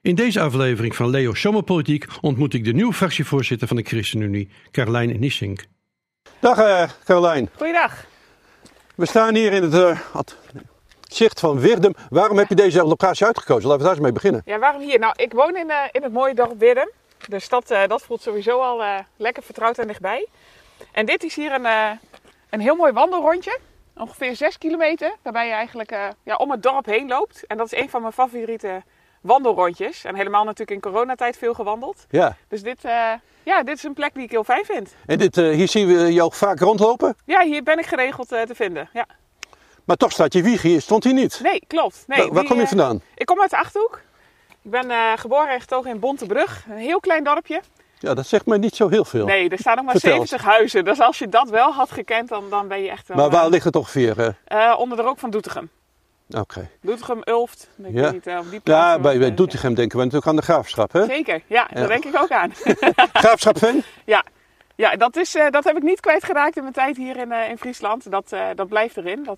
In deze aflevering van Leo Zomerpolitiek ontmoet ik de nieuwe fractievoorzitter van de ChristenUnie, Carolijn Niessink. Dag Carolijn. Goeiedag. We staan hier in het zicht van Wirdum. Waarom heb je deze locatie uitgekozen? Laten we daar eens mee beginnen. Ja, waarom hier? Nou, ik woon in het mooie dorp Wirdum. Dus dat voelt sowieso al lekker vertrouwd en dichtbij. En dit is hier een heel mooi wandelrondje. Ongeveer 6 kilometer. Waarbij je eigenlijk om het dorp heen loopt. En dat is een van mijn favoriete wandelrondjes. En helemaal natuurlijk in coronatijd veel gewandeld. Ja. Dus dit is een plek die ik heel fijn vind. En hier zien we jou vaak rondlopen? Ja, hier ben ik geregeld te vinden. Ja. Maar toch staat je wieg hier, stond hier niet? Nee, klopt. Nee, waar kom je vandaan? Ik kom uit de Achterhoek. Ik ben geboren en getogen in Bontebrug. Een heel klein dorpje. Ja, dat zegt mij niet zo heel veel. Nee, er staan nog maar 70 huizen. Dus als je dat wel had gekend, dan ben je echt wel... Maar waar ligt het ongeveer? Onder de rook van Doetinchem. Oké. Doetinchem, Ulft. Ik weet niet op die ja, plaats. bij Doetinchem denken we natuurlijk aan de Graafschap, hè? Zeker, ja, daar denk ik ook aan. Graafschap Veen? Ja, dat heb ik niet kwijtgeraakt in mijn tijd hier in Friesland. Dat blijft erin.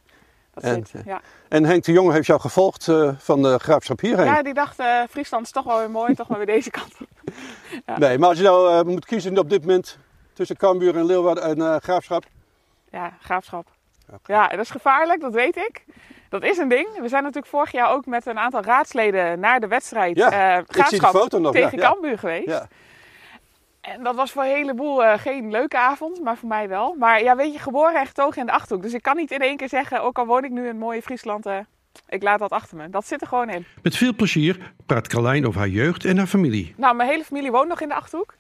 En Henk de Jonge heeft jou gevolgd van de Graafschap hierheen? Ja, die dacht Friesland is toch wel weer mooi, toch maar weer deze kant op. Ja. Nee, maar als je nou moet kiezen op dit moment tussen Cambuur en Leeuwarden en Graafschap? Ja, Graafschap. Okay. Ja, dat is gevaarlijk, dat weet ik. Dat is een ding. We zijn natuurlijk vorig jaar ook met een aantal raadsleden naar de wedstrijd Graafschap tegen Cambuur geweest. Ja. En dat was voor een heleboel geen leuke avond, maar voor mij wel. Maar ja, weet je, geboren en getogen in de Achterhoek. Dus ik kan niet in één keer zeggen, ook al woon ik nu in het mooie Friesland, ik laat dat achter me. Dat zit er gewoon in. Met veel plezier praat Carolijn over haar jeugd en haar familie. Nou, mijn hele familie woont nog in de Achterhoek.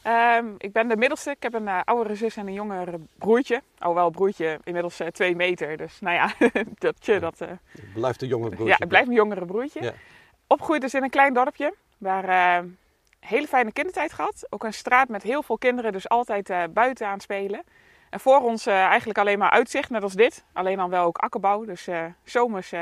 Ik ben de middelste. Ik heb een oudere zus en een jongere broertje. Alhoewel broertje inmiddels 2 meter. Dus nou ja, dat blijft een jongere broertje. Ja, het blijft mijn jongere broertje. Ja. Opgegroeid dus in een klein dorpje. Waar hele fijne kindertijd gehad. Ook een straat met heel veel kinderen. Dus altijd buiten aan het spelen. En voor ons eigenlijk alleen maar uitzicht. Net als dit. Alleen dan wel ook akkerbouw. Dus zomers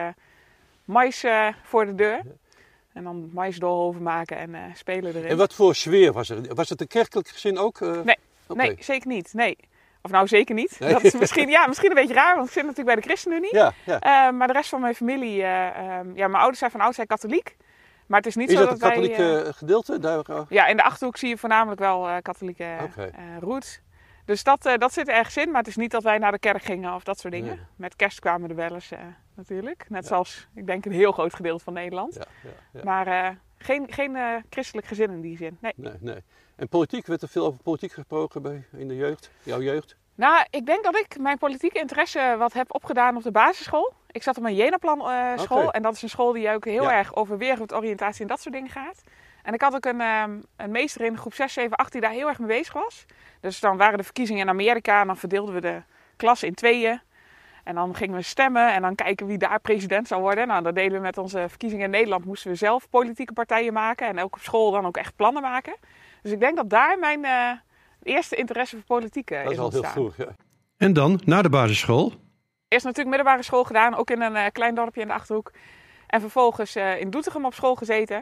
mais voor de deur. En dan maïsdoolhoven maken en spelen erin. En wat voor sfeer was er? Was het een kerkelijk gezin ook? Nee, zeker niet. Nee. Of nou, zeker niet. Nee. Dat is misschien een beetje raar, want ik zit natuurlijk bij de ChristenUnie. Ja. Maar de rest van mijn familie... mijn ouders zijn van oudsher katholiek. Maar het is niet is zo dat het katholieke gedeelte? Daar... Ja, in de Achterhoek zie je voornamelijk wel katholieke roots. Dus dat zit er ergens in. Maar het is niet dat wij naar de kerk gingen of dat soort dingen. Nee. Met kerst kwamen er wel eens natuurlijk. Net zoals, ik denk, een heel groot gedeelte van Nederland. Ja. Maar geen christelijk gezin in die zin. Nee. En politiek, werd er veel over politiek gesproken in de jeugd? Jouw jeugd? Nou, ik denk dat ik mijn politieke interesse wat heb opgedaan op de basisschool. Ik zat op een Jenaplan school. Okay. En dat is een school die ook heel erg over wereldoriëntatie en dat soort dingen gaat. En ik had ook een meester in groep 6, 7, 8 die daar heel erg mee bezig was. Dus dan waren de verkiezingen in Amerika en dan verdeelden we de klas in tweeën. En dan gingen we stemmen en dan kijken wie daar president zou worden. Nou, dat deden we met onze verkiezingen in Nederland. Moesten we zelf politieke partijen maken en ook op school dan ook echt plannen maken. Dus ik denk dat daar mijn eerste interesse voor politiek is ontstaan. Dat is al heel vroeg, ja. En dan, na de basisschool? Eerst natuurlijk middelbare school gedaan, ook in een klein dorpje in de Achterhoek. En vervolgens in Doetinchem op school gezeten.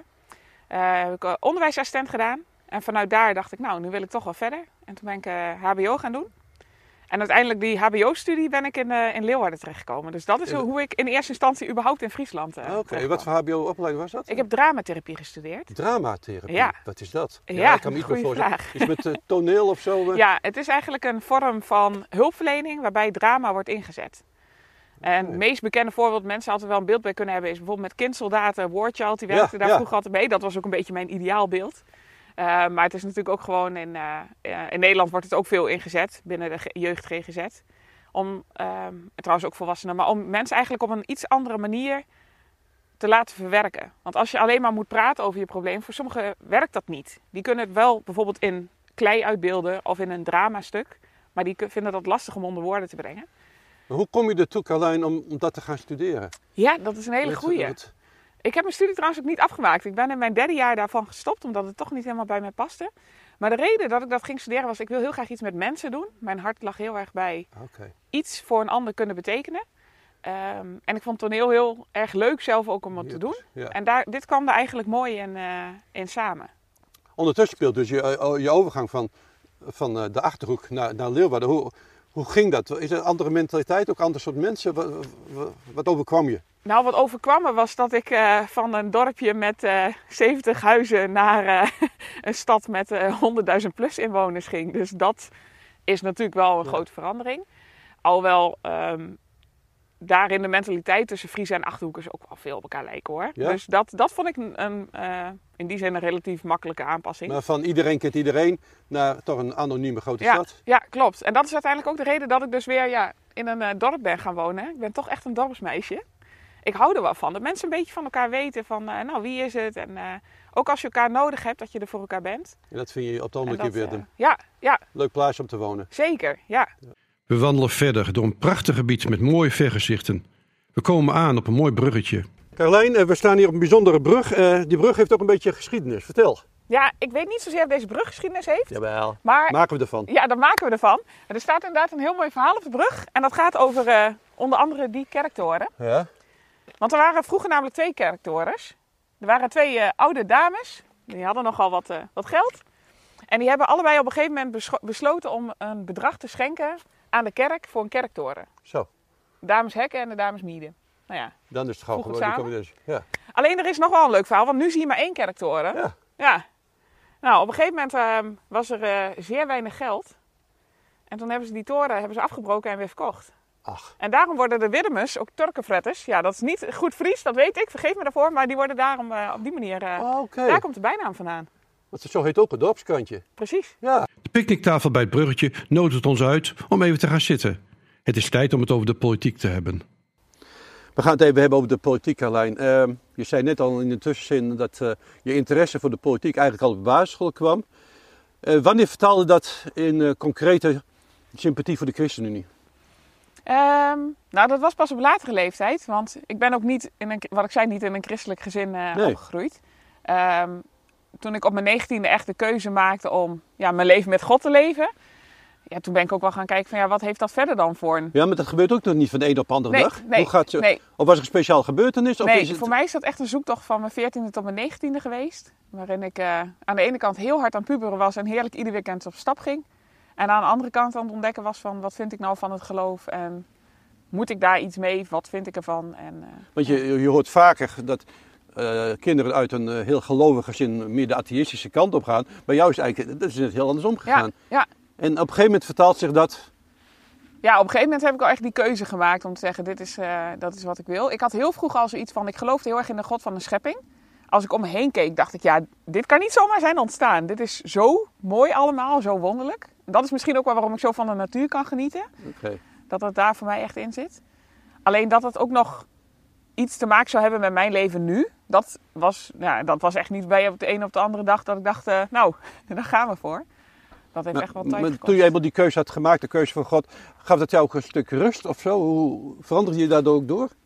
Heb ik onderwijsassistent gedaan. En vanuit daar dacht ik, nou, nu wil ik toch wel verder. En toen ben ik hbo gaan doen. En uiteindelijk die hbo-studie ben ik in Leeuwarden terechtgekomen. Dus dat is hoe ik in eerste instantie überhaupt in Friesland Oké, wat voor hbo-opleiding was dat? Ik heb dramatherapie gestudeerd. Dramatherapie? Ja. Wat is dat? Ja, ik kan me niet meer voorstellen. vraag. Iets met toneel of zo? Ja, het is eigenlijk een vorm van hulpverlening waarbij drama wordt ingezet. En het meest bekende voorbeeld, mensen altijd wel een beeld bij kunnen hebben, is bijvoorbeeld met kindsoldaten, Warchild, die werkte daar vroeger altijd mee. Dat was ook een beetje mijn ideaalbeeld. Maar het is natuurlijk ook gewoon in Nederland wordt het ook veel ingezet binnen de jeugd GGZ. Trouwens ook volwassenen, maar om mensen eigenlijk op een iets andere manier te laten verwerken. Want als je alleen maar moet praten over je probleem, voor sommigen werkt dat niet. Die kunnen het wel bijvoorbeeld in klei uitbeelden of in een dramastuk, maar die vinden dat lastig om onder woorden te brengen. Maar hoe kom je ertoe, Carolijn, om dat te gaan studeren? Ja, dat is een hele goeie. Ik heb mijn studie trouwens ook niet afgemaakt. Ik ben in mijn 3e jaar daarvan gestopt, omdat het toch niet helemaal bij mij paste. Maar de reden dat ik dat ging studeren was, ik wil heel graag iets met mensen doen. Mijn hart lag heel erg bij iets voor een ander kunnen betekenen. En ik vond toneel heel erg leuk zelf ook om het te doen. Ja. En dit kwam er eigenlijk mooi in samen. Ondertussen speelt dus je overgang van de Achterhoek naar Leeuwarden. Hoe ging dat? Is er een andere mentaliteit, ook een ander soort mensen? Wat overkwam je? Nou, wat overkwam me was dat ik van een dorpje met 70 huizen naar een stad met 100.000 plus inwoners ging. Dus dat is natuurlijk wel een grote verandering. Alhoewel daarin de mentaliteit tussen Friese en Achterhoekers ook wel veel op elkaar lijken hoor. Ja? Dus dat vond ik in die zin een relatief makkelijke aanpassing. Maar van iedereen kent iedereen naar toch een anonieme grote stad. Ja, klopt. En dat is uiteindelijk ook de reden dat ik dus weer in een dorp ben gaan wonen. Ik ben toch echt een dorpsmeisje. Ik hou er wel van. Dat mensen een beetje van elkaar weten van nou wie is het. En ook als je elkaar nodig hebt, dat je er voor elkaar bent. En dat vind je op het ogenblik in Wirdum. Ja, Leuk plaatsje om te wonen. zeker. Ja. We wandelen verder door een prachtig gebied met mooie vergezichten. We komen aan op een mooi bruggetje. Carlijn, we staan hier op een bijzondere brug. Die brug heeft ook een beetje geschiedenis. Vertel. Ja, ik weet niet zozeer of deze brug geschiedenis heeft. Jawel. Maar Maken we ervan. ja, daar maken we ervan. Er staat inderdaad een heel mooi verhaal op de brug. En dat gaat over onder andere die kerktoren. Ja. Want er waren vroeger namelijk 2 kerktorens. Er waren 2 oude dames. Die hadden nogal wat geld. En die hebben allebei op een gegeven moment besloten om een bedrag te schenken aan de kerk voor een kerktoren. Zo, De dames Hekken en de dames Mieden. Nou ja. dan is het gauw Vroeger geworden. Ja. Alleen er is nog wel een leuk verhaal, want nu zie je maar 1 kerktoren. Ja. Nou, op een gegeven moment was er zeer weinig geld. En toen hebben ze die toren afgebroken en weer verkocht. Ach. En daarom worden de Wirdumers ook Turkenfretters. Ja, dat is niet goed Fries, dat weet ik. Vergeef me daarvoor. Maar die worden daarom op die manier... Oké. Daar komt de bijnaam vandaan. Want zo heet ook het dorpskantje. Precies. Ja. De picknicktafel bij het bruggetje nodigt ons uit om even te gaan zitten. Het is tijd om het over de politiek te hebben. We gaan het even hebben over de politiek, Carlijn. Je zei net al in de tussenzin dat je interesse voor de politiek eigenlijk al op de basisschool kwam. Wanneer vertaalde dat in concrete sympathie voor de ChristenUnie? Nou, dat was pas op latere leeftijd. Want ik ben ook niet niet in een christelijk gezin opgegroeid. Toen ik op mijn 19e echt de keuze maakte om mijn leven met God te leven. Ja, toen ben ik ook wel gaan kijken van wat heeft dat verder dan voor een... Ja, maar dat gebeurt ook nog niet van de een op de andere dag. Nee, Hoe gaat nee. Of was er een speciaal gebeurtenis? Of Nee, is het... voor mij is dat echt een zoektocht van mijn 14e tot mijn 19e geweest. Waarin ik aan de ene kant heel hard aan het puberen was en heerlijk ieder weekend op stap ging. En aan de andere kant aan het ontdekken was van wat vind ik nou van het geloof en moet ik daar iets mee? Wat vind ik ervan? En, Want je hoort vaker dat kinderen uit een heel gelovig gezin meer de atheïstische kant op gaan. Bij jou is eigenlijk dat is net heel andersom gegaan. Ja. En op een gegeven moment vertaalt zich dat... Ja, op een gegeven moment heb ik al echt die keuze gemaakt om te zeggen, dat is wat ik wil. Ik had heel vroeg al zoiets van, ik geloofde heel erg in de God van de schepping. Als ik om me heen keek, dacht ik, ja, dit kan niet zomaar zijn ontstaan. Dit is zo mooi allemaal, zo wonderlijk. Dat is misschien ook wel waarom ik zo van de natuur kan genieten. Okay. Dat het daar voor mij echt in zit. Alleen dat het ook nog iets te maken zou hebben met mijn leven nu. Dat was echt niet bij op de een op de andere dag dat ik dacht, nou, daar gaan we voor. Dat heeft echt wel tijd gekost. Toen je eenmaal die keuze had gemaakt, de keuze van God, gaf dat jou ook een stuk rust of zo? Hoe veranderde je daardoor ook door?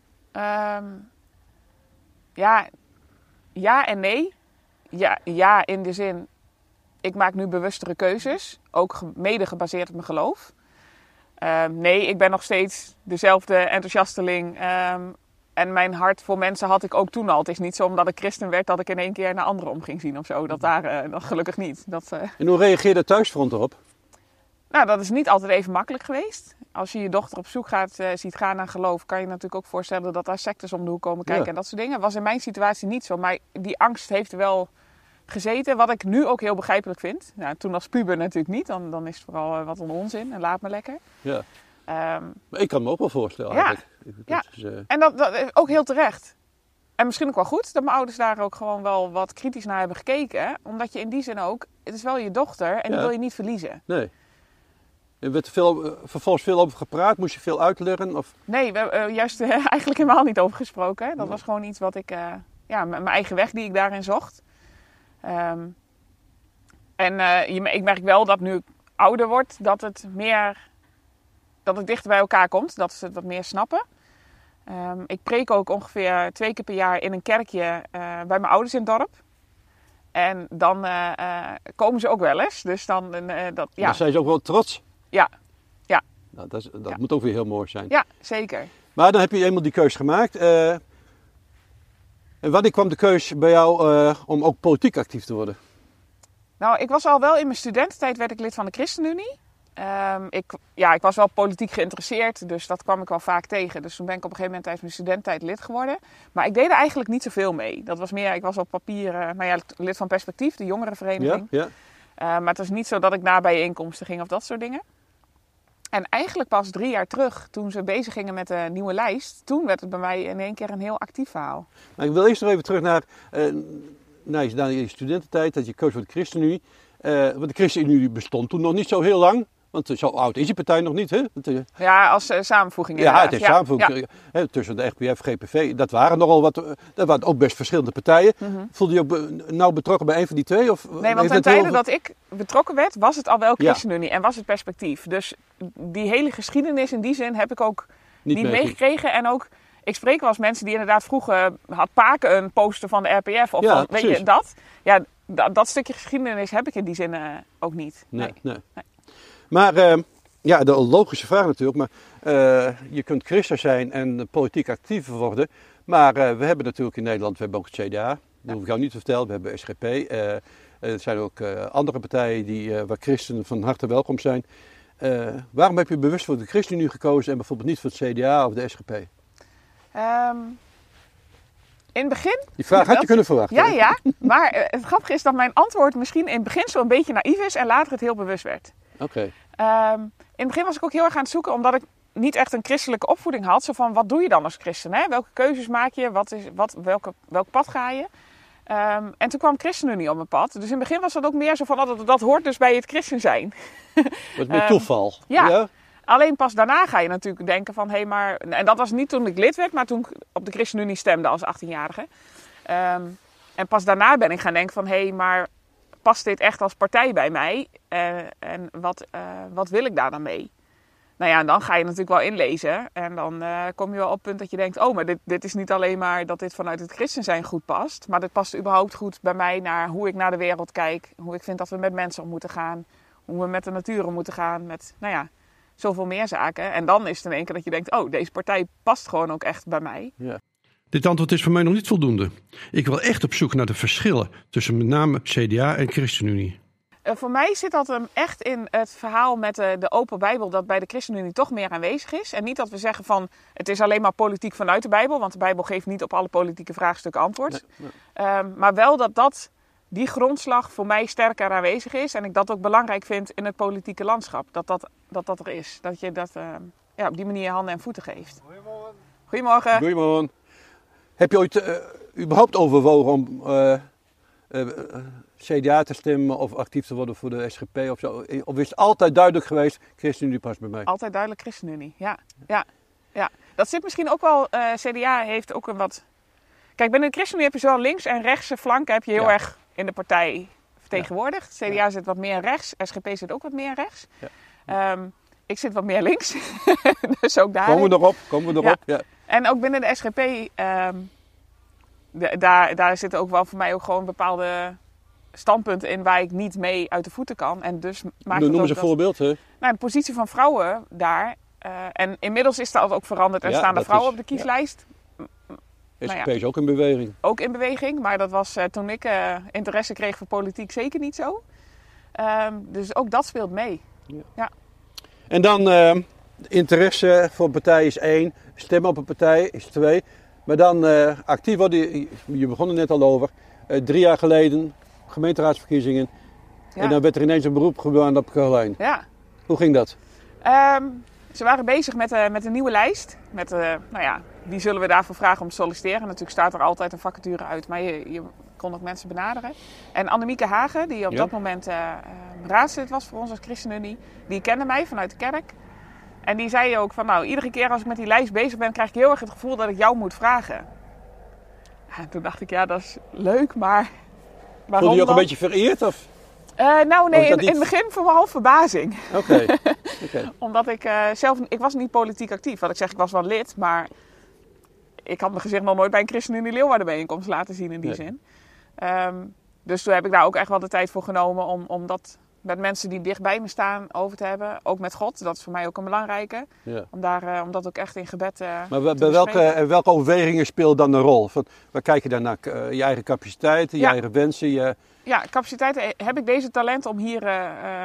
Ja en nee. Ja, in de zin, ik maak nu bewustere keuzes. Ook mede gebaseerd op mijn geloof. Nee, ik ben nog steeds dezelfde enthousiasteling. En mijn hart voor mensen had ik ook toen al. Het is niet zo omdat ik christen werd dat ik in één keer naar anderen om ging zien of zo. Dat gelukkig niet. En hoe reageerde thuisfront erop? Nou, dat is niet altijd even makkelijk geweest. Als je je dochter op zoek ziet gaan naar geloof, kan je natuurlijk ook voorstellen dat daar sectes om de hoek komen kijken en dat soort dingen. Was in mijn situatie niet zo, maar die angst heeft er wel gezeten. Wat ik nu ook heel begrijpelijk vind. Nou, toen als puber natuurlijk niet, dan is het vooral wat een onzin en laat me lekker. Ja. Maar ik kan me ook wel voorstellen. Ja, en dat ook heel terecht. En misschien ook wel goed dat mijn ouders daar ook gewoon wel wat kritisch naar hebben gekeken. Omdat je in die zin ook, het is wel je dochter en die wil je niet verliezen. Nee. Er werd vervolgens veel over gepraat, moest je veel uitleggen? Of? Nee, we hebben juist eigenlijk helemaal niet over gesproken. Hè. Dat was gewoon iets wat ik, met mijn eigen weg die ik daarin zocht. Ik merk wel dat nu ik ouder word, dat het dichter bij elkaar komt. Dat ze het wat meer snappen. Ik preek ook ongeveer 2 keer per jaar in een kerkje bij mijn ouders in het dorp. En dan komen ze ook wel eens. Dus dan zijn ze ook wel trots? Ja. Nou, dat moet ook weer heel mooi zijn. Ja, zeker. Maar dan heb je eenmaal die keus gemaakt. En wanneer kwam de keus bij jou om ook politiek actief te worden? Nou, ik was al wel in mijn studententijd werd ik lid van de ChristenUnie. Ik was wel politiek geïnteresseerd, dus dat kwam ik wel vaak tegen. Dus toen ben ik op een gegeven moment tijdens mijn studententijd lid geworden. Maar ik deed er eigenlijk niet zoveel mee. Dat was meer, ik was op papier lid van Perspectief, de jongerenvereniging. Ja? Maar het was niet zo dat ik naar bijeenkomsten ging of dat soort dingen. En eigenlijk pas 3 jaar terug, toen ze bezig gingen met een nieuwe lijst, toen werd het bij mij in één keer een heel actief verhaal. Maar ik wil eerst nog even terug naar je studententijd, dat je koos voor de ChristenUnie. Want de ChristenUnie bestond toen nog niet zo heel lang. Want zo oud is die partij nog niet, hè? Ja, als samenvoeging inderdaad. Ja, het is samenvoeging. Ja. Tussen de FPF, GPV, dat waren nogal wat. Dat waren ook best verschillende partijen. Mm-hmm. Voelde je ook nauw betrokken bij een van die twee? Of nee, want ten tijde dat ik betrokken werd, was het al wel ChristenUnie en was het Perspectief. Dus die hele geschiedenis in die zin heb ik ook niet meegekregen. En ook, ik spreek wel eens mensen die inderdaad vroegen, had Paken een poster van de RPF of van, weet je, dat? Ja, dat stukje geschiedenis heb ik in die zin ook niet. Nee. Maar de logische vraag natuurlijk, maar je kunt christen zijn en politiek actief worden. Maar we hebben natuurlijk in Nederland, we hebben ook het CDA, dat hoef ik jou niet te vertellen, we hebben SGP. Er zijn ook andere partijen waar christenen van harte welkom zijn. Waarom heb je bewust voor de ChristenUnie gekozen en bijvoorbeeld niet voor het CDA of de SGP? In het begin... Die vraag had je kunnen verwachten. Ja, maar het grappige is dat mijn antwoord misschien in het begin zo'n beetje naïef is en later het heel bewust werd. Oké. In het begin was ik ook heel erg aan het zoeken, omdat ik niet echt een christelijke opvoeding had. Zo van, wat doe je dan als christen? Hè? Welke keuzes maak je? Welk pad ga je? En toen kwam ChristenUnie op mijn pad. Dus in het begin was dat ook meer zo van, dat hoort dus bij het christen zijn. Wat meer toeval. Ja. Alleen pas daarna ga je natuurlijk denken van, maar... En dat was niet toen ik lid werd, maar toen ik op de ChristenUnie stemde als 18-jarige. En pas daarna ben ik gaan denken van, maar past dit echt als partij bij mij? En wat wil ik daar dan mee? Nou ja, en dan ga je natuurlijk wel inlezen. En dan kom je wel op het punt dat je denkt, maar dit is niet alleen maar dat dit vanuit het christen zijn goed past. Maar dit past überhaupt goed bij mij naar hoe ik naar de wereld kijk. Hoe ik vind dat we met mensen om moeten gaan. Hoe we met de natuur om moeten gaan. Met, zoveel meer zaken. En dan is het in één keer dat je denkt, deze partij past gewoon ook echt bij mij. Ja. Dit antwoord is voor mij nog niet voldoende. Ik wil echt op zoek naar de verschillen tussen met name CDA en ChristenUnie. Voor mij zit dat hem echt in het verhaal met de open Bijbel, dat bij de ChristenUnie toch meer aanwezig is. En niet dat we zeggen van, het is alleen maar politiek vanuit de Bijbel, want de Bijbel geeft niet op alle politieke vraagstukken antwoord. Nee. Maar wel dat die grondslag voor mij sterker aanwezig is. En ik dat ook belangrijk vind in het politieke landschap. Dat er is. Dat je dat op die manier handen en voeten geeft. Goedemorgen. Goedemorgen. Heb je ooit überhaupt overwogen om CDA te stemmen of actief te worden voor de SGP of zo? Of is het altijd duidelijk geweest, ChristenUnie past bij mij? Altijd duidelijk ChristenUnie, ja. Dat zit misschien ook wel, CDA heeft ook een wat... Kijk, binnen de ChristenUnie heb je zowel links en rechtse flanken heb je heel erg in de partij vertegenwoordigd. CDA zit wat meer rechts, SGP zit ook wat meer rechts. Ja. Ik zit wat meer links, dus ook daar. Komen we erop. Ja. En ook binnen de SGP, daar zitten ook wel voor mij ook gewoon bepaalde standpunten in waar ik niet mee uit de voeten kan. En dus maakt Noem eens een voorbeeld. Hè? De positie van vrouwen daar, en inmiddels is dat ook veranderd en staan de vrouwen op de kieslijst. SGP is ook in beweging. Ook in beweging, maar dat was toen ik interesse kreeg voor politiek zeker niet zo. Dus ook dat speelt mee. Ja. En dan interesse voor een partij is 1, stemmen op een partij is 2. Maar dan actief worden, je begon er net al over, 3 jaar geleden, gemeenteraadsverkiezingen. Ja. En dan werd er ineens een beroep gedaan op Carlijn. Ja. Hoe ging dat? Ze waren bezig met een nieuwe lijst. Met, wie zullen we daarvoor vragen om te solliciteren? Natuurlijk staat er altijd een vacature uit, maar je kon ook mensen benaderen. En Annemieke Hagen, die op dat moment raadslid was voor ons als ChristenUnie, die kende mij vanuit de kerk. En die zei ook van, iedere keer als ik met die lijst bezig ben, krijg ik heel erg het gevoel dat ik jou moet vragen. En toen dacht ik, dat is leuk, maar waarom Voelde je ook dan? een beetje vereerd? Of? Nee, in het begin voor mijn half verbazing. Oké. Omdat ik ik was niet politiek actief. Wat ik zeg, ik was wel lid, maar ik had mijn gezicht nog nooit bij een ChristenUnie Leeuwarden bijeenkomst laten zien in die zin. Dus toen heb ik daar ook echt wel de tijd voor genomen om dat met mensen die dichtbij me staan over te hebben. Ook met God, dat is voor mij ook een belangrijke. Ja. Om dat ook echt in gebed Maar bij welke overwegingen speelt dan een rol? Waar kijk je dan naar? Je eigen capaciteiten, je eigen wensen? Ja, capaciteiten. Heb ik deze talent om hier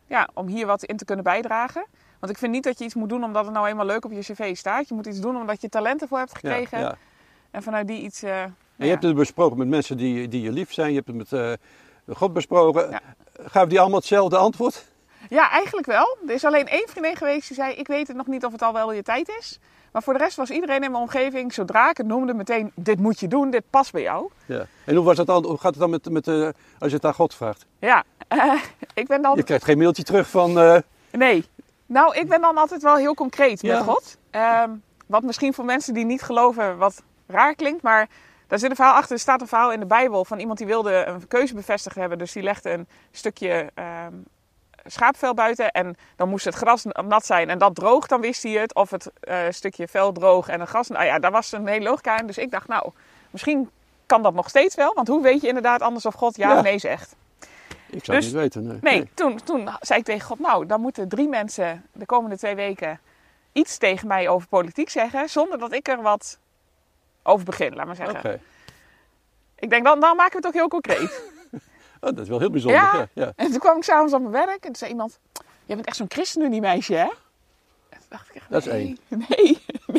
om hier wat in te kunnen bijdragen. Want ik vind niet dat je iets moet doen omdat het nou eenmaal leuk op je cv staat. Je moet iets doen omdat je talent ervoor hebt gekregen. Ja. En vanuit die iets... en je hebt het besproken met mensen die je lief zijn. Je hebt het met God besproken. Ja. Gaven die allemaal hetzelfde antwoord? Ja, eigenlijk wel. Er is alleen 1 vriendin geweest die zei... ik weet het nog niet of het al wel je tijd is. Maar voor de rest was iedereen in mijn omgeving... zodra ik het noemde meteen... dit moet je doen, dit past bij jou. Ja. En hoe gaat het dan met als je het aan God vraagt? Ja, ik ben dan... Je krijgt geen mailtje terug van... Nee. Nou, ik ben dan altijd wel heel concreet met God. Wat misschien voor mensen die niet geloven wat raar klinkt. Maar daar zit een verhaal achter. Er staat een verhaal in de Bijbel van iemand die wilde een keuze bevestigd hebben. Dus die legde een stukje... schaapvel buiten en dan moest het gras nat zijn en dat droog, dan wist hij het. Of het stukje vel droog en het gras... Nou ja, daar was een hele logica in. Dus ik dacht, nou, misschien kan dat nog steeds wel. Want hoe weet je inderdaad anders of God ja of nee zegt? Ik zou het niet weten. Nee. Toen zei ik tegen God, nou, dan moeten 3 mensen de komende 2 weken iets tegen mij over politiek zeggen, zonder dat ik er wat over begin, laat maar zeggen. Okay. Ik denk, dan maken we het ook heel concreet. Oh, dat is wel heel bijzonder. Ja. En toen kwam ik s'avonds op mijn werk en toen zei iemand... jij bent echt zo'n ChristenUnie-meisje, hè? En toen dacht ik echt, dat is 1. Nee.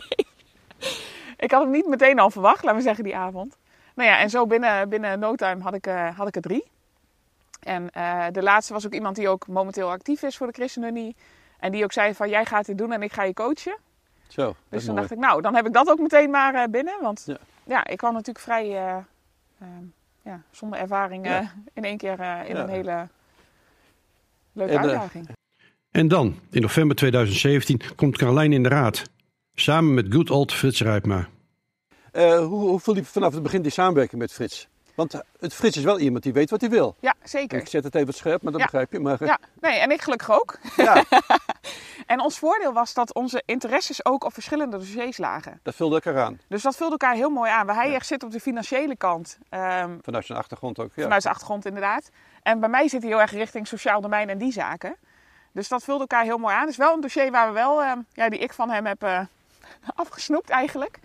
Ik had hem niet meteen al verwacht, laten we zeggen, die avond. Nou ja, en zo binnen no time had ik er 3. En de laatste was ook iemand die ook momenteel actief is voor de ChristenUnie. En die ook zei van, jij gaat dit doen en ik ga je coachen. Zo, dus toen dacht ik, nou, dan heb ik dat ook meteen maar binnen. Want ik kwam natuurlijk vrij... zonder ervaring in één keer in een hele leuke uitdaging. En dan, in november 2017, komt Carlijn in de raad. Samen met good old Frits Rijpma. Hoe voel je vanaf het begin die samenwerking met Frits? Want Frits is wel iemand die weet wat hij wil. Ja, zeker. Ik zet het even scherp, maar dat begrijp je. Maar... Ja, nee, en ik gelukkig ook. Ja. En ons voordeel was dat onze interesses ook op verschillende dossiers lagen. Dat vulde elkaar aan. Dus dat vulde elkaar heel mooi aan. Waar hij echt zit op de financiële kant. Vanuit zijn achtergrond ook. Ja. Vanuit zijn achtergrond inderdaad. En bij mij zit hij heel erg richting sociaal domein en die zaken. Dus dat vulde elkaar heel mooi aan. Dus wel een dossier waar we wel, die ik van hem heb afgesnoept eigenlijk.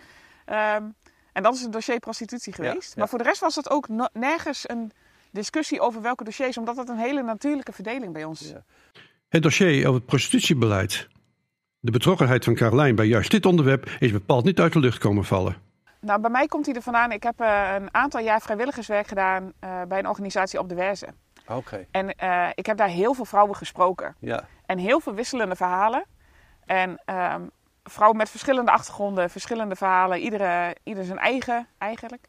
En dat is het dossier prostitutie geweest. Ja. Maar voor de rest was het ook nergens een discussie over welke dossiers. Omdat dat een hele natuurlijke verdeling bij ons is. Ja. Het dossier over het prostitutiebeleid. De betrokkenheid van Carlijn bij juist dit onderwerp is bepaald niet uit de lucht komen vallen. Nou, bij mij komt hij er vandaan. Ik heb een aantal jaar vrijwilligerswerk gedaan bij een organisatie op de Werze. Okay. En ik heb daar heel veel vrouwen gesproken. Ja. En heel veel wisselende verhalen. En vrouwen met verschillende achtergronden, verschillende verhalen. Ieder zijn eigen eigenlijk.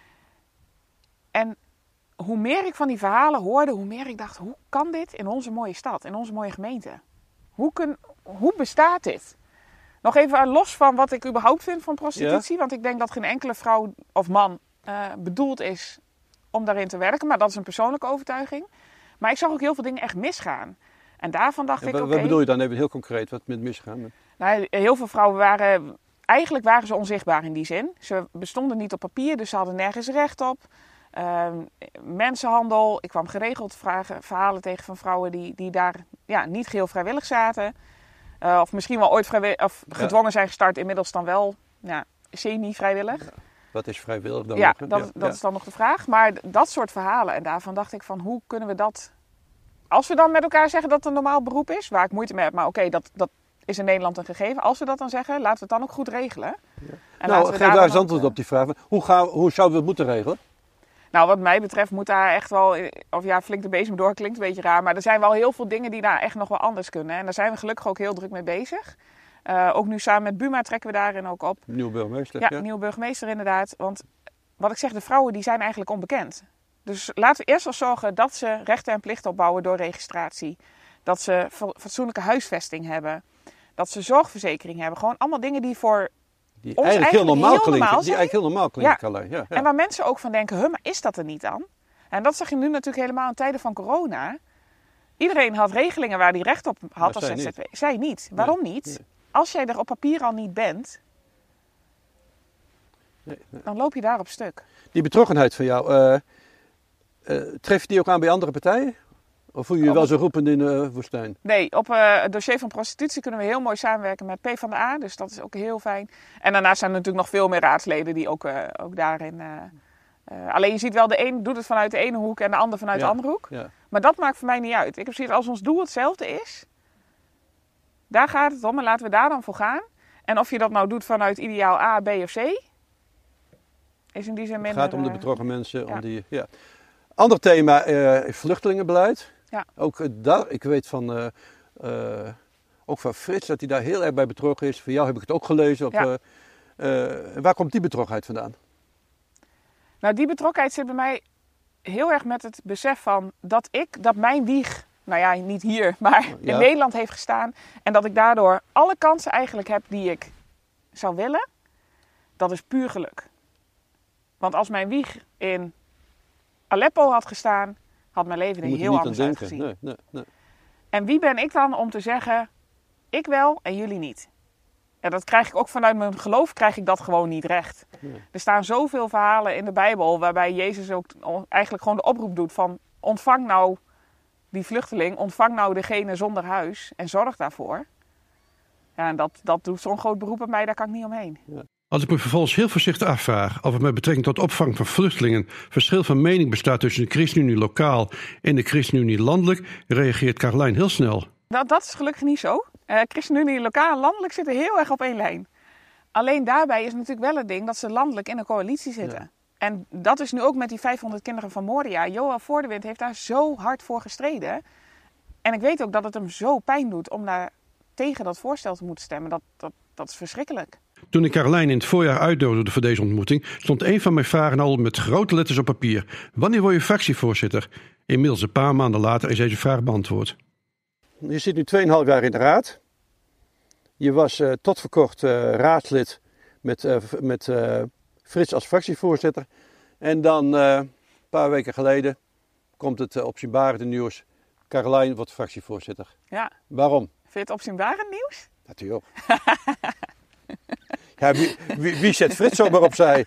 En hoe meer ik van die verhalen hoorde, hoe meer ik dacht, hoe kan dit in onze mooie stad, in onze mooie gemeente? Hoe bestaat dit? Nog even los van wat ik überhaupt vind van prostitutie. Ja. Want ik denk dat geen enkele vrouw of man bedoeld is om daarin te werken. Maar dat is een persoonlijke overtuiging. Maar ik zag ook heel veel dingen echt misgaan. En daarvan dacht ik, Wat bedoel je dan even heel concreet, wat met misgaan? Nou, heel veel vrouwen waren ze onzichtbaar in die zin. Ze bestonden niet op papier, dus ze hadden nergens recht op. Mensenhandel. Ik kwam geregeld verhalen tegen van vrouwen die daar niet geheel vrijwillig zaten. Of misschien wel ooit gedwongen zijn gestart, inmiddels dan wel semi-vrijwillig. Ja. Wat is vrijwillig dan? Ja, dat is dan nog de vraag. Maar dat soort verhalen, en daarvan dacht ik van hoe kunnen we dat... Als we dan met elkaar zeggen dat het een normaal beroep is, waar ik moeite mee heb, maar oké, dat is in Nederland een gegeven. Als we dat dan zeggen, laten we het dan ook goed regelen. Ja. En geef daar eens antwoord op die vraag. Hoe zouden we het moeten regelen? Nou, wat mij betreft moet daar echt wel, flink de bezem door, klinkt een beetje raar. Maar er zijn wel heel veel dingen die daar echt nog wel anders kunnen. En daar zijn we gelukkig ook heel druk mee bezig. Ook nu samen met Buma trekken we daarin ook op. Nieuwe burgemeester. Ja, nieuwe burgemeester inderdaad. Want wat ik zeg, de vrouwen die zijn eigenlijk onbekend. Dus laten we eerst wel zorgen dat ze rechten en plichten opbouwen door registratie. Dat ze fatsoenlijke huisvesting hebben. Dat ze zorgverzekering hebben. Gewoon allemaal dingen die voor die ons eigenlijk heel normaal klinken. Ja. En waar mensen ook van denken, maar is dat er niet dan? En dat zag je nu natuurlijk helemaal in tijden van corona. Iedereen had regelingen waar die recht op had als ZZW. Zij niet. Waarom niet? Nee. Als jij er op papier al niet bent, dan loop je daar op stuk. Die betrokkenheid van jou, tref je die ook aan bij andere partijen? Of voel je je wel zo roepend in de woestijn? Nee, op het dossier van prostitutie kunnen we heel mooi samenwerken met PvdA. Dus dat is ook heel fijn. En daarnaast zijn er natuurlijk nog veel meer raadsleden die ook daarin Alleen je ziet wel, de een doet het vanuit de ene hoek en de ander vanuit de andere hoek. Ja. Maar dat maakt voor mij niet uit. Ik heb zoiets, als ons doel hetzelfde is, daar gaat het om en laten we daar dan voor gaan. En of je dat nou doet vanuit ideaal A, B of C, is in die zin minder... Het gaat om de betrokken mensen. ja. Om die, ja. Ander thema, vluchtelingenbeleid. Ja. Ook daar, ik weet van, ook van Frits dat hij daar heel erg bij betrokken is. Van jou heb ik het ook gelezen. Waar komt die betrokkenheid vandaan? Nou, die betrokkenheid zit bij mij heel erg met het besef van dat mijn wieg, nou ja, niet hier, maar in Nederland heeft gestaan. En dat ik daardoor alle kansen eigenlijk heb die ik zou willen. Dat is puur geluk. Want als mijn wieg in Aleppo had gestaan, had mijn leven er heel anders uitgezien. Nee. En wie ben ik dan om te zeggen, ik wel en jullie niet? Ja, dat krijg ik ook vanuit mijn geloof, krijg ik dat gewoon niet recht. Nee. Er staan zoveel verhalen in de Bijbel waarbij Jezus ook eigenlijk gewoon de oproep doet van ontvang nou die vluchteling, ontvang nou degene zonder huis en zorg daarvoor. Ja, en dat doet zo'n groot beroep op mij, daar kan ik niet omheen. Ja. Als ik me vervolgens heel voorzichtig afvraag of er met betrekking tot opvang van vluchtelingen verschil van mening bestaat tussen de ChristenUnie lokaal en de ChristenUnie landelijk, reageert Carlijn heel snel. Dat is gelukkig niet zo. ChristenUnie lokaal en landelijk zitten heel erg op één lijn. Alleen daarbij is natuurlijk wel het ding dat ze landelijk in een coalitie zitten. Ja. En dat is nu ook met die 500 kinderen van Moria. Joël Voordewind heeft daar zo hard voor gestreden. En ik weet ook dat het hem zo pijn doet om daar tegen dat voorstel te moeten stemmen. Dat is verschrikkelijk. Toen ik Carlijn in het voorjaar uitnodigde voor deze ontmoeting, stond een van mijn vragen al met grote letters op papier. Wanneer word je fractievoorzitter? Inmiddels een paar maanden later is deze vraag beantwoord. Je zit nu 2,5 jaar in de raad. Je was tot voor kort raadslid met Frits als fractievoorzitter. En dan een paar weken geleden komt het opzienbarende nieuws. Carlijn wordt fractievoorzitter. Ja. Waarom? Vind je het opzienbarend nieuws? Natuurlijk. Ja, wie zet Frits zomaar opzij?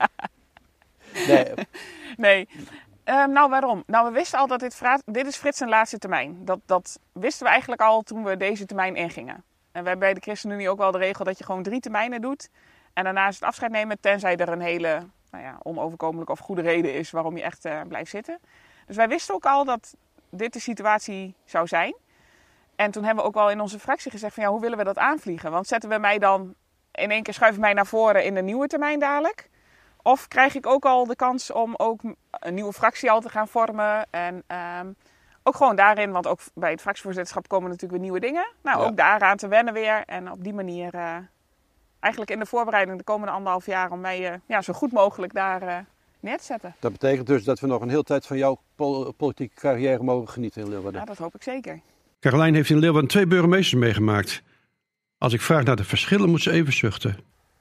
Nee. Nou, waarom? Nou, we wisten al dat dit is Frits' laatste termijn. Dat wisten we eigenlijk al toen we deze termijn ingingen. En we hebben bij de ChristenUnie ook wel de regel dat je gewoon 3 termijnen doet. En daarna is het afscheid nemen, tenzij er een hele onoverkomelijke of goede reden is waarom je echt blijft zitten. Dus wij wisten ook al dat dit de situatie zou zijn. En toen hebben we ook wel in onze fractie gezegd van ja, hoe willen we dat aanvliegen? Want zetten we mij dan in één keer schuiven mij naar voren in de nieuwe termijn dadelijk? Of krijg ik ook al de kans om ook een nieuwe fractie al te gaan vormen? En ook gewoon daarin, want ook bij het fractievoorzitterschap komen natuurlijk weer nieuwe dingen. Nou, ook daaraan te wennen weer. En op die manier eigenlijk in de voorbereiding de komende 1,5 jaar om mij zo goed mogelijk daar neer te zetten. Dat betekent dus dat we nog een hele tijd van jouw politieke carrière mogen genieten in Leeuwarden. Ja, dat hoop ik zeker. Carlijn heeft in Leeuwarden 2 burgemeesters meegemaakt. Als ik vraag naar de verschillen, moet ze even zuchten.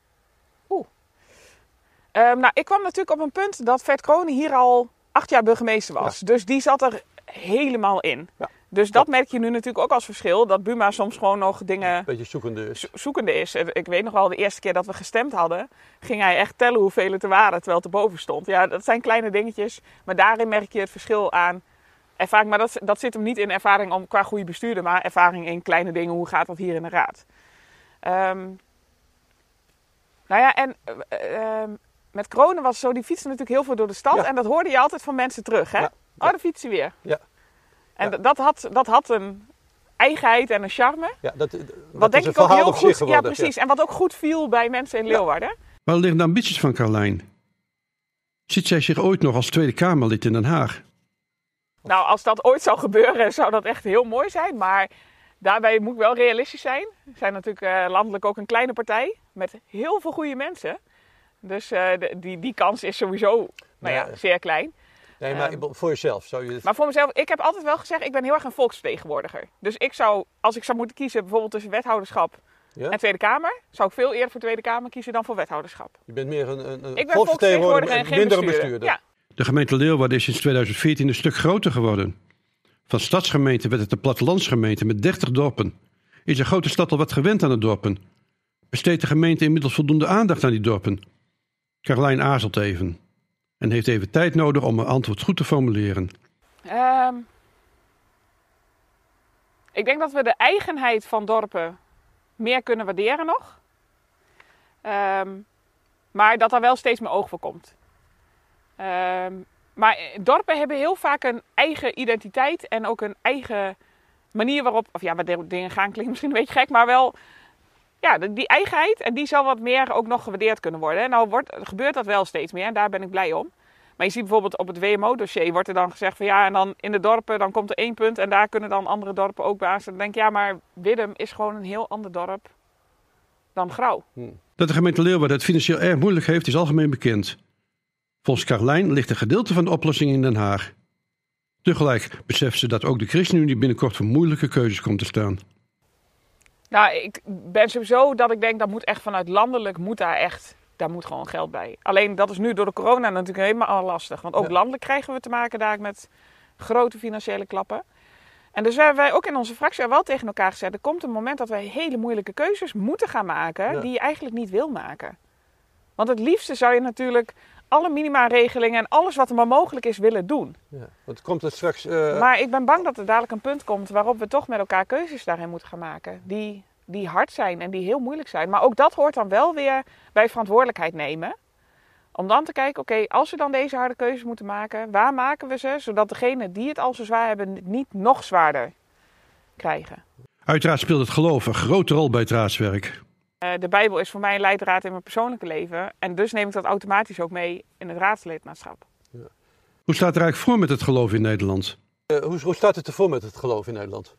Nou, ik kwam natuurlijk op een punt dat Vert Kronen hier al 8 jaar burgemeester was. Ja. Dus die zat er helemaal in. Ja. Dus dat merk je nu natuurlijk ook als verschil. Dat Buma soms gewoon nog dingen... Een beetje zoekende is. Ik weet nog wel, de eerste keer dat we gestemd hadden, ging hij echt tellen hoeveel het er waren, terwijl het erboven stond. Ja, dat zijn kleine dingetjes. Maar daarin merk je het verschil aan ervaring. Maar dat zit hem niet in ervaring om qua goede bestuurder, maar ervaring in kleine dingen. Hoe gaat dat hier in de raad? Met Kronen was zo, die fietste natuurlijk heel veel door de stad. Ja. En dat hoorde je altijd van mensen terug. Hè? Ja. Oh, daar fietst hij weer. Ja. En dat had een eigenheid en een charme. Ja, dat wat denk is ik ook heel goed. Geworden. Ja, precies. Ja. En wat ook goed viel bij mensen in Leeuwarden. Ja. Waar liggen de ambities van Carlijn? Ziet zij zich ooit nog als Tweede Kamerlid in Den Haag? Nou, als dat ooit zou gebeuren, zou dat echt heel mooi zijn. Maar daarbij moet ik wel realistisch zijn. We zijn natuurlijk landelijk ook een kleine partij met heel veel goede mensen. Dus die kans is sowieso zeer klein. Nee, maar voor jezelf zou je... Maar voor mezelf, ik heb altijd wel gezegd, ik ben heel erg een volksvertegenwoordiger. Dus als ik zou moeten kiezen bijvoorbeeld tussen wethouderschap en Tweede Kamer, zou ik veel eerder voor Tweede Kamer kiezen dan voor wethouderschap. Je bent meer een ik ben volksvertegenwoordiger en geen minder bestuurder. Ja. De gemeente Leeuwarden is sinds 2014 een stuk groter geworden. Van stadsgemeente werd het een plattelandsgemeente met 30 dorpen. Is een grote stad al wat gewend aan de dorpen? Besteedt de gemeente inmiddels voldoende aandacht aan die dorpen? Carlijn aarzelt even en heeft even tijd nodig om haar antwoord goed te formuleren. Ik denk dat we de eigenheid van dorpen meer kunnen waarderen nog. Maar dat daar wel steeds meer oog voor komt. Maar dorpen hebben heel vaak een eigen identiteit en ook een eigen manier waarop... Of ja, waar dingen gaan klinkt misschien een beetje gek, maar wel... Ja, die eigenheid en die zal wat meer ook nog gewaardeerd kunnen worden. Nou gebeurt dat wel steeds meer en daar ben ik blij om. Maar je ziet bijvoorbeeld op het WMO-dossier wordt er dan gezegd van ja, en dan in de dorpen dan komt er 1 punt en daar kunnen dan andere dorpen ook bij aansluiten. Dan denk ik, ja, maar Widdum is gewoon een heel ander dorp dan Grauw. Dat de gemeente Leeuwarden het financieel erg moeilijk heeft is algemeen bekend. Volgens Carlijn ligt een gedeelte van de oplossing in Den Haag. Tegelijk beseft ze dat ook de ChristenUnie binnenkort voor moeilijke keuzes komt te staan. Nou, ik ben sowieso dat ik denk dat moet echt vanuit landelijk daar moet gewoon geld bij. Alleen dat is nu door de corona natuurlijk helemaal lastig. Want ook landelijk krijgen we te maken daar met grote financiële klappen. En dus hebben wij ook in onze fractie wel tegen elkaar gezegd. Er komt een moment dat wij hele moeilijke keuzes moeten gaan maken die je eigenlijk niet wil maken. Want het liefste zou je natuurlijk alle minima-regelingen en alles wat er maar mogelijk is willen doen. Ja, want komt er straks... Maar ik ben bang dat er dadelijk een punt komt waarop we toch met elkaar keuzes daarin moeten gaan maken. Die hard zijn en die heel moeilijk zijn. Maar ook dat hoort dan wel weer bij verantwoordelijkheid nemen. Om dan te kijken, oké, als we dan deze harde keuzes moeten maken, waar maken we ze? Zodat degenen die het al zo zwaar hebben niet nog zwaarder krijgen. Uiteraard speelt het geloof een grote rol bij het raadswerk. De Bijbel is voor mij een leidraad in mijn persoonlijke leven. En dus neem ik dat automatisch ook mee in het raadslidmaatschap. Ja. Hoe staat het er eigenlijk voor met het geloof in Nederland? Hoe staat het ervoor met het geloof in Nederland?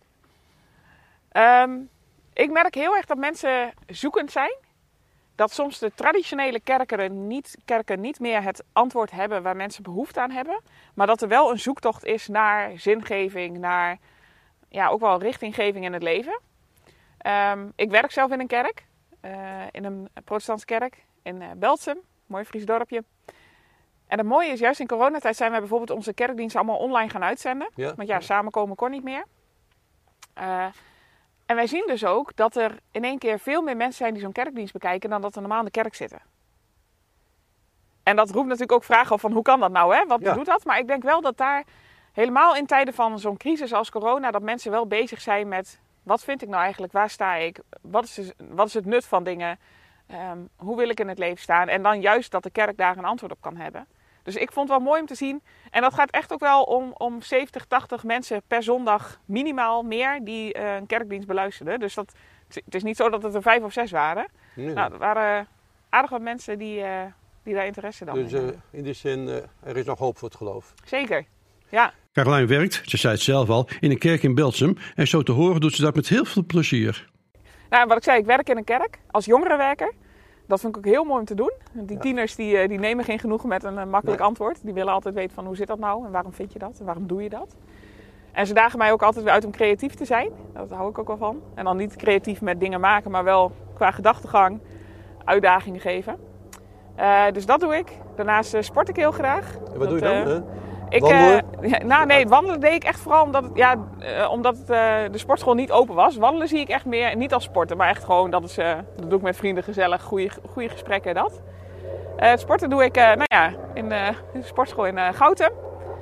Ik merk heel erg dat mensen zoekend zijn. Dat soms de traditionele kerken niet meer het antwoord hebben waar mensen behoefte aan hebben. Maar dat er wel een zoektocht is naar zingeving, naar ook wel richtinggeving in het leven. Ik werk zelf in een kerk, in een protestantse kerk in Beltsum, mooi Fries dorpje. En het mooie is, juist in coronatijd zijn wij bijvoorbeeld onze kerkdiensten allemaal online gaan uitzenden. Ja. Want samenkomen kon niet meer. En wij zien dus ook dat er in één keer veel meer mensen zijn die zo'n kerkdienst bekijken dan dat er normaal in de kerk zitten. En dat roept natuurlijk ook vragen op van hoe kan dat nou, hè? Wat doet dat? Maar ik denk wel dat daar helemaal in tijden van zo'n crisis als corona, dat mensen wel bezig zijn met wat vind ik nou eigenlijk, waar sta ik, wat is het nut van dingen, hoe wil ik in het leven staan. En dan juist dat de kerk daar een antwoord op kan hebben. Dus ik vond het wel mooi om te zien. En dat gaat echt ook wel om 70, 80 mensen per zondag minimaal meer die een kerkdienst beluisterden. Dus het is niet zo dat het er 5 of 6 waren. Nee. Nou, er waren aardig wat mensen die daar interesse dan dus in die zin, er is nog hoop voor het geloof. Zeker, ja. Carlijn werkt, ze zei het zelf al, in een kerk in Beltsum. En zo te horen doet ze dat met heel veel plezier. Nou, wat ik zei, ik werk in een kerk als jongerenwerker. Dat vind ik ook heel mooi om te doen. Die tieners die nemen geen genoegen met een makkelijk antwoord. Die willen altijd weten van hoe zit dat nou en waarom vind je dat en waarom doe je dat. En ze dagen mij ook altijd weer uit om creatief te zijn. Dat hou ik ook wel van. En dan niet creatief met dingen maken, maar wel qua gedachtegang uitdagingen geven. Dus dat doe ik. Daarnaast sport ik heel graag. En wat doe je dan? Wandelen? Wandelen deed ik echt vooral omdat de sportschool niet open was. Wandelen zie ik echt meer, niet als sporten, maar echt gewoon dat doe ik met vrienden gezellig, goede gesprekken, dat. Het sporten doe ik in de sportschool in Goutum.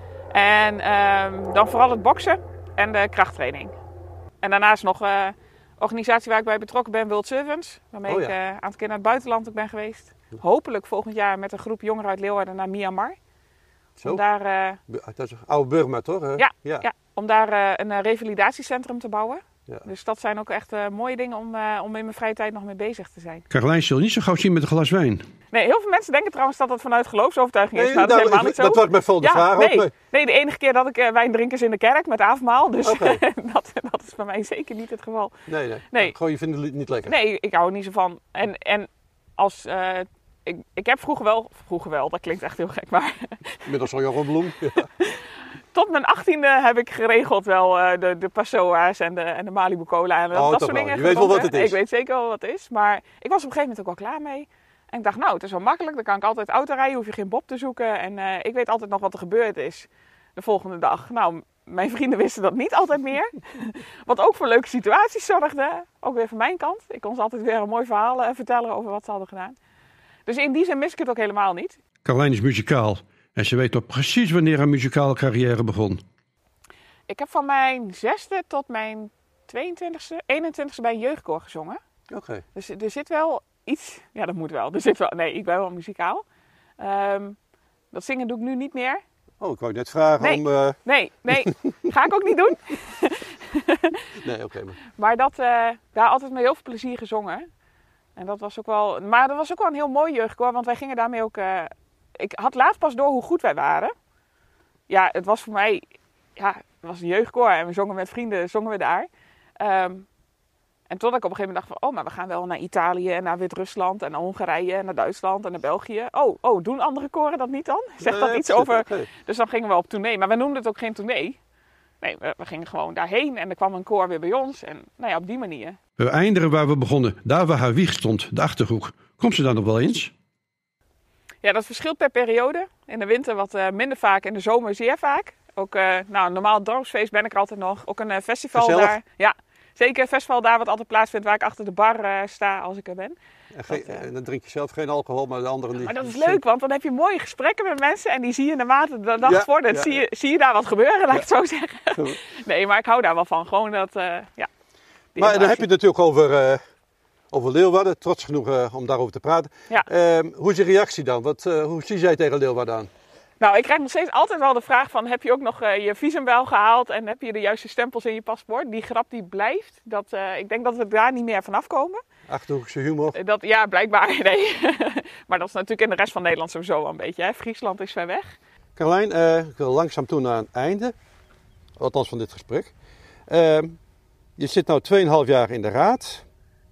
En dan vooral het boksen en de krachttraining. En daarnaast nog een organisatie waar ik bij betrokken ben, World Servants. Waarmee ik een aantal keer naar het buitenland ook ben geweest. Hopelijk volgend jaar met een groep jongeren uit Leeuwarden naar Myanmar. Zo? Om daar, dat is oude Burma, toch? Ja, om daar een revalidatiecentrum te bouwen. Ja. Dus dat zijn ook echt mooie dingen om in mijn vrije tijd nog mee bezig te zijn. Carlijn zul je niet zo gauw zien met een glas wijn. Nee, heel veel mensen denken trouwens dat dat vanuit geloofsovertuiging is. Dat is helemaal niet zo. Dat wordt mijn volgende vraag ook. Nee, de enige keer dat ik wijn drink is in de kerk met avondmaal. Dus dat is bij mij zeker niet het geval. Nee. Gewoon, je vindt het niet lekker? Nee, ik hou er niet zo van. En als... Ik heb vroeger wel, dat klinkt echt heel gek, maar... Inmiddels al Johan Bloem. Ja. Tot mijn 18e heb ik geregeld wel de Passoa's en de Malibu Cola en dat soort dingen. Je weet wel wat het is. Ik weet zeker wel wat het is, maar ik was op een gegeven moment ook wel klaar mee. En ik dacht, nou, het is wel makkelijk, dan kan ik altijd auto rijden, hoef je geen bob te zoeken. En ik weet altijd nog wat er gebeurd is de volgende dag. Nou, mijn vrienden wisten dat niet altijd meer. Wat ook voor leuke situaties zorgde, ook weer van mijn kant. Ik kon ze altijd weer een mooi verhaal vertellen over wat ze hadden gedaan. Dus in die zin mis ik het ook helemaal niet. Carlijn is muzikaal en ze weet nog precies wanneer haar muzikale carrière begon. Ik heb van mijn 6e tot mijn 22e, 21e bij een jeugdkoor gezongen. Oké. Dus er zit wel iets... Ja, dat moet wel. Ik ben wel muzikaal. Dat zingen doe ik nu niet meer. Oh, ik wou net vragen om... Nee. Ga ik ook niet doen. Nee, oké. Maar daar altijd met heel veel plezier gezongen. En dat was ook wel... Maar dat was ook wel een heel mooi jeugdkoor. Want wij gingen daarmee ook... ik had laatst pas door hoe goed wij waren. Ja, het was voor mij... Ja, het was een jeugdkoor. En we zongen met vrienden, zongen we daar. En totdat ik op een gegeven moment dacht van... Oh, maar we gaan wel naar Italië en naar Wit-Rusland en naar Hongarije en naar Duitsland en naar België. Oh, doen andere koren dat niet dan? Zegt dat iets over... Okay. Dus dan gingen we op tournee. Maar we noemden het ook geen tournee. Nee, we gingen gewoon daarheen en er kwam een koor weer bij ons. En nou ja, op die manier. We eindigen waar we begonnen. Daar waar haar wieg stond, de Achterhoek. Komt ze dan nog wel eens? Ja, dat verschilt per periode. In de winter wat minder vaak, in de zomer zeer vaak. Ook een normaal dorpsfeest ben ik er altijd nog. Ook een festival Gezellig. daar. Ja, zeker een festival daar wat altijd plaatsvindt waar ik achter de bar sta als ik er ben. En dan drink je zelf geen alcohol, maar de anderen niet. Maar dat is leuk, want dan heb je mooie gesprekken met mensen en die zie je naarmate de dag vordert. Zie je daar wat gebeuren, laat ik het zo zeggen. Nee, maar ik hou daar wel van. Gewoon dat, Maar dan heb je het natuurlijk over Leeuwarden. Trots genoeg om daarover te praten. Ja. Hoe is je reactie dan? Hoe zie jij tegen Leeuwarden aan? Nou, ik krijg nog steeds altijd wel de vraag van... Heb je ook nog je visum wel gehaald en heb je de juiste stempels in je paspoort? Die grap die blijft. Ik denk dat we daar niet meer vanaf komen. Achterhoekse humor. Ja, blijkbaar. Nee. Maar dat is natuurlijk in de rest van Nederland sowieso wel een beetje. Hè? Friesland is ver weg. Carlijn, ik wil langzaam toe naar het einde. Althans van dit gesprek. Je zit nu 2,5 jaar in de raad.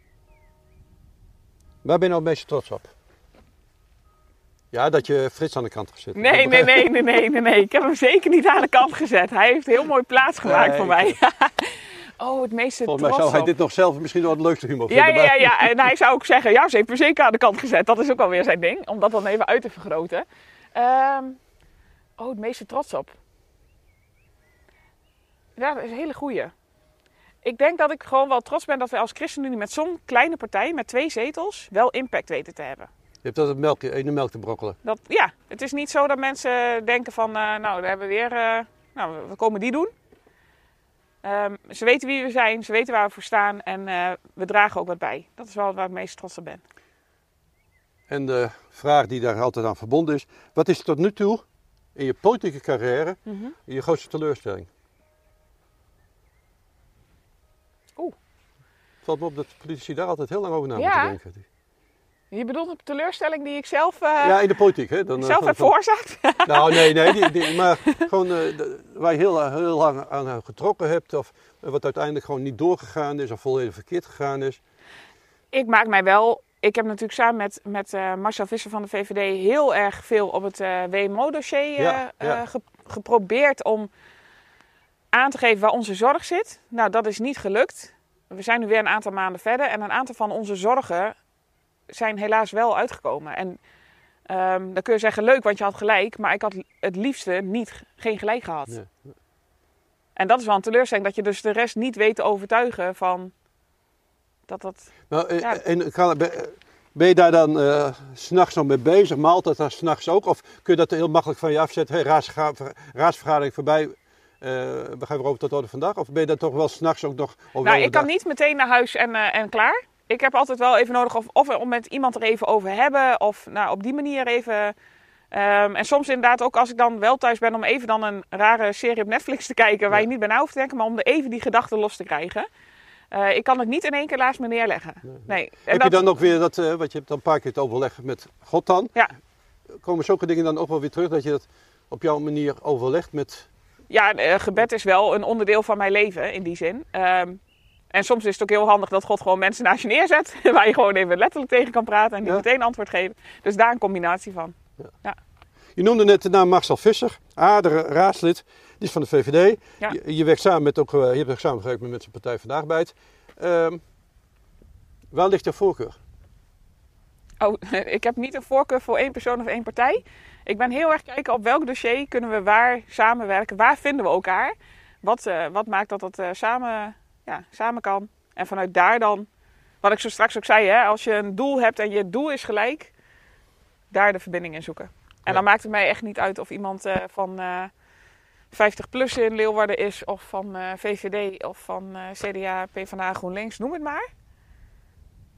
Waar ben je nou het meest trots op? Ja, dat je Frits aan de kant gezet. Nee. Ik heb hem zeker niet aan de kant gezet. Hij heeft heel mooi plaats gemaakt voor mij. Oh, het meeste Volgens mij zou hij dit nog zelf misschien wel het leukste humor vinden. Ja. En hij zou ook zeggen, ja, ze heeft me zeker aan de kant gezet. Dat is ook alweer zijn ding, om dat dan even uit te vergroten. Het meeste trots op. Ja, dat is een hele goeie. Ik denk dat ik gewoon wel trots ben dat we als ChristenUnie met zo'n kleine partij, met 2 zetels, wel impact weten te hebben. Je hebt altijd in de melk te brokkelen. Het is niet zo dat mensen denken van, daar hebben we weer, we komen die doen. Ze weten wie we zijn, ze weten waar we voor staan en we dragen ook wat bij. Dat is wel waar ik het meest trots op ben. En de vraag die daar altijd aan verbonden is, wat is tot nu toe in je politieke carrière je grootste teleurstelling? Het valt me op dat politici daar altijd heel lang over na moeten denken. Je bedoelt een teleurstelling die ik zelf... Ja, in de politiek, hè? Zelf heb veroorzaakt? Nou, nee, maar gewoon waar je heel lang aan getrokken hebt, of wat uiteindelijk gewoon niet doorgegaan is, of volledig verkeerd gegaan is. Ik heb natuurlijk samen met Marcel Visser van de VVD heel erg veel op het WMO-dossier geprobeerd om aan te geven waar onze zorg zit. Nou, dat is niet gelukt. We zijn nu weer een aantal maanden verder en een aantal van onze zorgen zijn helaas wel uitgekomen. En dan kun je zeggen, leuk, want je had gelijk. Maar ik had het liefste geen gelijk gehad. Nee. En dat is wel een teleurstelling. Dat je dus de rest niet weet te overtuigen van dat... Nou, ben je daar dan 's nachts nog mee bezig? Maalt dat dan 's nachts ook? Of kun je dat heel makkelijk van je afzetten? Hey, raadsvergadering voorbij. We gaan weer over tot orde vandaag. Of ben je daar toch wel 's nachts ook nog... Ik kan niet meteen naar huis en klaar. Ik heb altijd wel even nodig of om met iemand er even over hebben. Of op die manier even... en soms inderdaad ook als ik dan wel thuis ben om even dan een rare serie op Netflix te kijken. Waar je niet bij na hoeft te denken. Maar om even die gedachten los te krijgen. Ik kan het niet in één keer naast me neerleggen. Nee. Heb je dan ook weer dat... wat je hebt dan een paar keer het overleg met God dan. Ja. Komen zulke dingen dan ook wel weer terug? Dat je dat op jouw manier overlegt met... Ja, gebed is wel een onderdeel van mijn leven in die zin. En soms is het ook heel handig dat God gewoon mensen naast je neerzet. Waar je gewoon even letterlijk tegen kan praten en die meteen antwoord geven. Dus daar een combinatie van. Ja. Je noemde net de naam Marcel Visser, raadslid. Die is van de VVD. Ja. Je werkt samen met je hebt ook samengewerkt met zijn Partij van de Arbeid. Waar ligt jouw voorkeur? Ik heb niet een voorkeur voor één persoon of één partij. Ik ben heel erg kijken op welk dossier kunnen we waar samenwerken. Waar vinden we elkaar? Wat maakt dat het samen kan? En vanuit daar dan, wat ik zo straks ook zei, hè, als je een doel hebt en je doel is gelijk, daar de verbinding in zoeken. En dan maakt het mij echt niet uit of iemand van 50 plus in Leeuwarden is, of van VVD, of van CDA, PvdA, GroenLinks, noem het maar.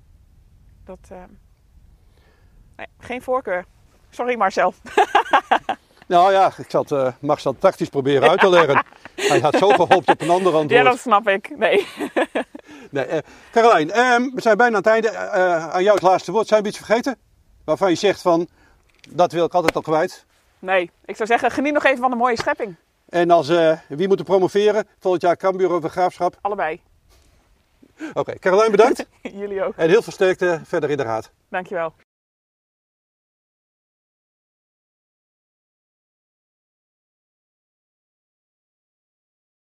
Nee, geen voorkeur. Sorry Marcel. Nou ja, Max zal het tactisch proberen uit te leggen. Hij had zo gehoopt op een ander antwoord. Ja, dat snap ik. Nee. Carolijn, we zijn bijna aan het einde. Aan jou het laatste woord. Zijn we iets vergeten? Waarvan je zegt van, dat wil ik altijd al kwijt. Nee, ik zou zeggen, geniet nog even van de mooie schepping. En als wie moet er promoveren? Volgend jaar Cambuur over Graafschap? Allebei. Oké, Carolijn bedankt. Jullie ook. En heel veel sterkte verder in de raad. Dankjewel.